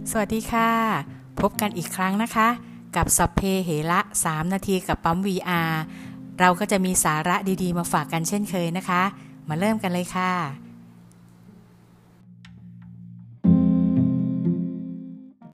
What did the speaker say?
สวัสดีค่ะพบกันอีกครั้งนะคะกับสัพเพเหระ3 นาทีกับปั๊ม VR เราก็จะมีสาระดีๆมาฝากกันเช่นเคยนะคะมาเริ่มกันเลยค่ะ